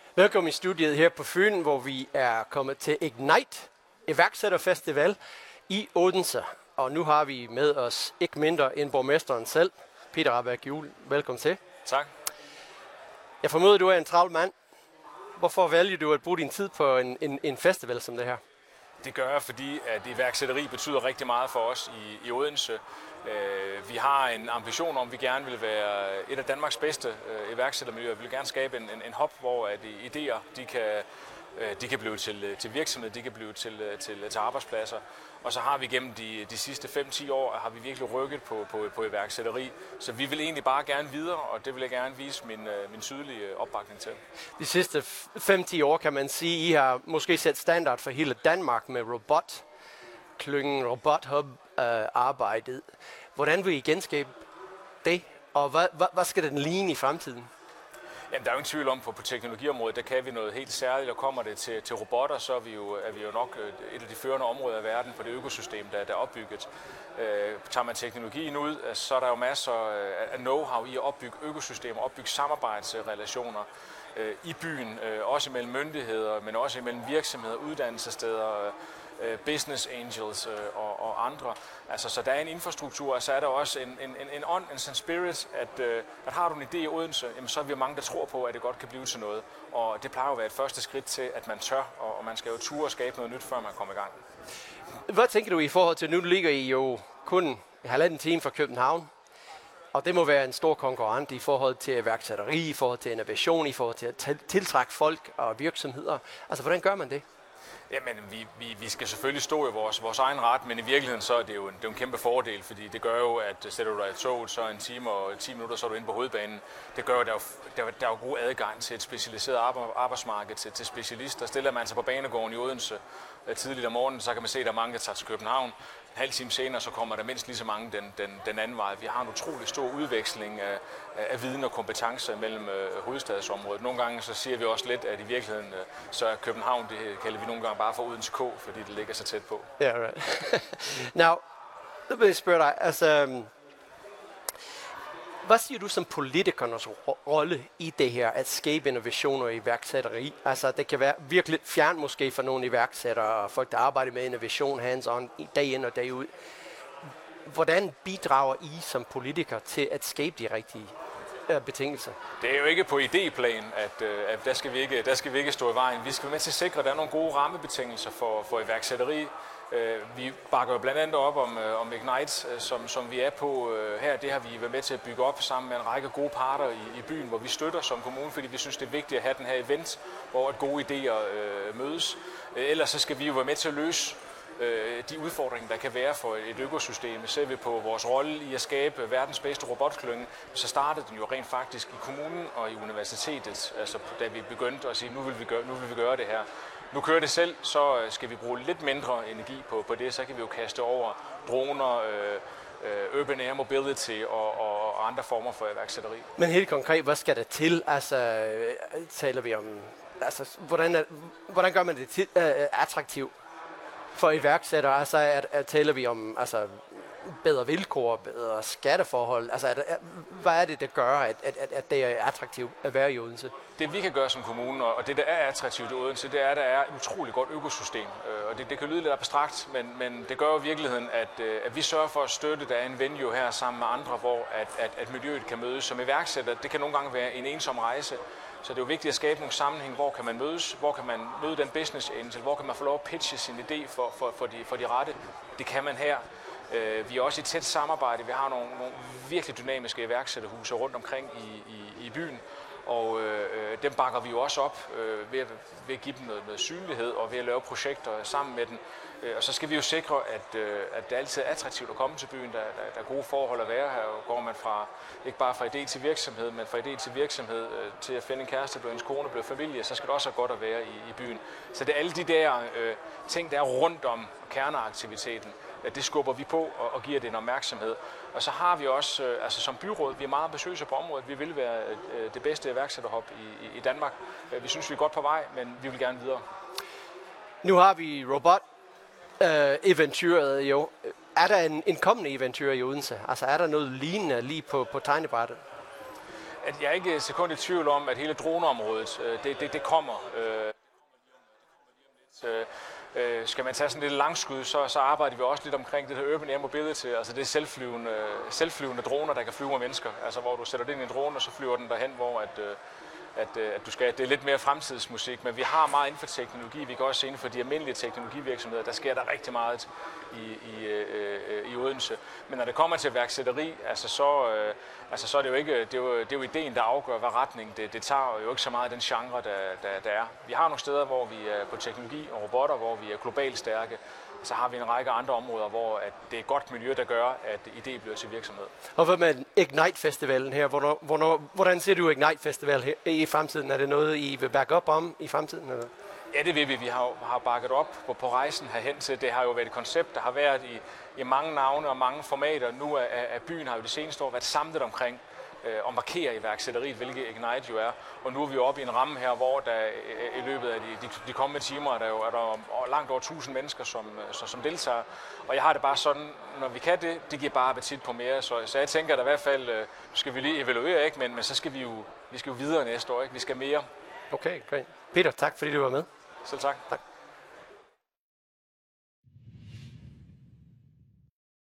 Velkommen i studiet her på Fyn, hvor vi er kommet til Ignite iværksætterfestival i Odense. Og nu har vi med os ikke mindre end borgmesteren selv, Peter Rahbæk Juel. Velkommen til. Tak. Jeg formoder, du er en travl mand. Hvorfor vælger du at bruge din tid på en festival som det her? Det gør jeg, fordi at iværksætteri betyder rigtig meget for os i Odense. Vi har en ambition om, at vi gerne vil være et af Danmarks bedste iværksættermiljøer. Vi vil gerne skabe en hub, hvor at idéer de kan blive til virksomhed, de kan blive til arbejdspladser. Og så har vi gennem de sidste 5-10 år har vi virkelig rykket på iværksætteri. Så vi vil egentlig bare gerne videre, og det vil jeg gerne vise min tydelige opbakning til. De sidste 5-10 år kan man sige, I har måske sat standard for hele Danmark med robotklyngen, robothub-arbejdet. Hvordan vil I genskabe det, og hvad skal den ligne i fremtiden? Jamen, der er jo ingen tvivl om, på teknologiområdet, der kan vi noget helt særligt, og kommer det til robotter, så er vi jo nok et af de førende områder af verden på det økosystem, der er opbygget. Tager man teknologien ud, så er der jo masser af know-how i at opbygge økosystemer, opbygge samarbejdsrelationer i byen, også mellem myndigheder, men også mellem virksomheder, uddannelsessteder, business angels og andre. Altså, så der er en infrastruktur, og så er der også en ånd, en spirit, at har du en idé i Odense, jamen, så er vi mange, der tror på, at det godt kan blive til noget. Og det plejer jo at være et første skridt til, at man tør, og man skal jo ture og skabe noget nyt, før man kommer i gang. Hvad tænker du i forhold til, nu ligger I jo kun 1,5 time fra København, og det må være en stor konkurrent i forhold til iværksætteri, i forhold til innovation, i forhold til at tiltrække folk og virksomheder. Altså, hvordan gør man det? Jamen, vi skal selvfølgelig stå i vores egen ret, men i virkeligheden så er det jo en kæmpe fordel, fordi det gør jo, at sætter du dig i toget, så 1 time og 10 minutter, så er du inde på hovedbanen. Det gør jo, der er jo god adgang til et specialiseret arbejdsmarked, til specialister. Stiller man sig på banegården i Odense tidligt om morgenen, så kan man se, at der er mange, der tager til København. En halv time senere, så kommer der mindst lige så mange den anden vej. Vi har en utrolig stor udveksling af viden og kompetencer mellem hovedstadsområdet. Nogle gange så siger vi også lidt, at i virkeligheden så er København, det kalder vi nogle gange bare for Odense K, fordi det ligger så tæt på. Ja, yeah, right. Now, nu vil jeg spørge dig, altså, hvad siger du som politikernes rolle i det her, at skabe innovation og iværksætteri? Altså, det kan være virkelig fjern måske for nogle iværksættere og folk, der arbejder med innovation hands-on dag ind og dag ud. Hvordan bidrager I som politikere til at skabe de rigtige betingelser? Det er jo ikke på idéplan, at der skal vi ikke stå i vejen. Vi skal være med til at sikre, at der er nogle gode rammebetingelser for iværksætteri. Vi bakker jo blandt andet op om Ignite, som vi er på her. Det har vi været med til at bygge op sammen med en række gode parter i byen, hvor vi støtter som kommune, fordi vi synes, det er vigtigt at have den her event, hvor gode idéer mødes. Ellers så skal vi jo være med til at løse de udfordringer, der kan være for et økosystem. Ser vi på vores rolle i at skabe verdens bedste robotklynge, så startede den jo rent faktisk i kommunen og i universitetet, altså da vi begyndte at sige, nu vil vi gøre det her. Nu kører det selv, så skal vi bruge lidt mindre energi på det, så kan vi jo kaste over droner, urban air mobility og andre former for iværksætteri. Men helt konkret, hvad skal der til? Altså, taler vi om, altså, hvordan gør man det attraktivt for iværksættere? Altså, taler vi om bedre vilkår, bedre skatteforhold? Altså, hvad er det, der gør, at det er attraktivt at være i Odense? Det vi kan gøre som kommune, og det der er attraktivt i Odense, det er, at der er et utroligt godt økosystem. Og det kan lyde lidt abstrakt, men det gør jo i virkeligheden, at vi sørger for at støtte, der er en venue her sammen med andre, hvor at miljøet kan mødes som iværksætter. Det kan nogle gange være en ensom rejse. Så det er jo vigtigt at skabe nogle sammenhæng, hvor kan man mødes, hvor kan man møde den business angel, hvor kan man få lov at pitche sin idé for de rette. Det kan man her. Vi er også i tæt samarbejde. Vi har nogle virkelig dynamiske iværksætterhuse rundt omkring i byen, og dem bakker vi jo også op ved at give dem noget synlighed og ved at lave projekter sammen med dem. Og så skal vi jo sikre, at det altid er attraktivt at komme til byen. Der er gode forhold at være her. Og går man ikke bare fra idé til virksomhed, men fra idé til virksomhed til at finde en kæreste, blive ens kone, blive familie, så skal det også være godt at være i byen. Så det er alle de der ting, der er rundt om kerneaktiviteten. Det skubber vi på og giver det en opmærksomhed. Og så har vi også, som byråd, vi er meget ambitiøse på området. Vi vil være det bedste iværksætterhub i Danmark. Vi synes, vi er godt på vej, men vi vil gerne videre. Nu har vi robot-eventyret jo. Er der en kommende eventyr i Odense? Altså er der noget lignende lige på tegnebrættet? at jeg er ikke et sekund i tvivl om, at hele droneområdet, det kommer. Skal man tage sådan lidt langskud, så arbejder vi også lidt omkring det her Urban Air Mobility, altså det er selvflyvende droner, der kan flyve med mennesker. Altså hvor du sætter det ind i en drone, og så flyver den derhen, hvor at du skal. Det er lidt mere fremtidsmusik, men vi har meget inden for teknologi. Vi kan også se inden for de almindelige teknologivirksomheder, der sker der rigtig meget i Odense. Men når det kommer til værksætteri, så er det jo ikke, det er jo ideen, der afgør, hvad retning det tager, jo ikke så meget den genre, der er. Vi har nogle steder, hvor vi er på teknologi og robotter, hvor vi er globalt stærke. Så har vi en række andre områder, hvor at det er et godt miljø, der gør, at idé bliver til virksomhed. Og hvad med Ignite-festivalen her? Hvordan ser du Ignite-festival her i fremtiden? Er det noget, I vil back up om i fremtiden? Eller? Ja, det vil vi. Vi har bakket op på rejsen herhen til. Det har jo været et koncept, der har været i mange navne og mange formater. Nu er byen har jo det seneste år været samlet omkring og markere iværksætteriet, hvilket Ignite jo er. Og nu er vi oppe i en ramme her, hvor der i løbet af de kommende timer er der langt over 1000 mennesker, som deltager. Og jeg har det bare sådan, når vi kan det giver bare appetit på mere. Så jeg tænker, at i hvert fald skal vi lige evaluere, ikke? Men så skal vi jo videre næste år. Ikke? Vi skal mere. Okay, great. Peter, tak fordi du var med. Selv tak. Tak.